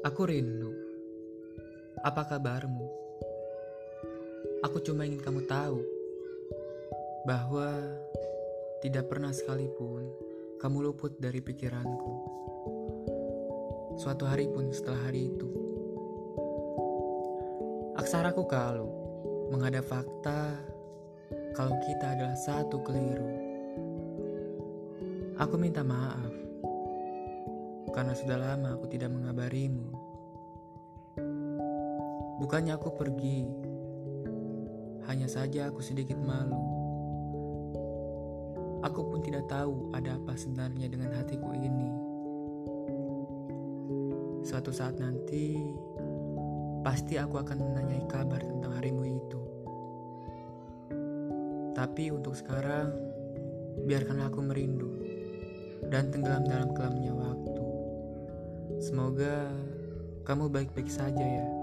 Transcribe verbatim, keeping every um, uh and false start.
Aku rindu. Apa kabarmu? Aku cuma ingin kamu tahu bahwa tidak pernah sekalipun kamu luput dari pikiranku. Suatu hari pun setelah hari itu, aksaraku kalu menghadap fakta kalau kita adalah satu keliru. Aku minta maaf karena sudah lama aku tidak mengabarimu. Bukannya aku pergi, hanya saja aku sedikit malu. Aku pun tidak tahu ada apa sebenarnya dengan hatiku ini. Suatu saat nanti, pasti aku akan menanyai kabar tentang harimu itu. Tapi untuk sekarang, biarkanlah aku merindu dan tenggelam dalam kelamnya waktu. Semoga kamu baik-baik saja ya.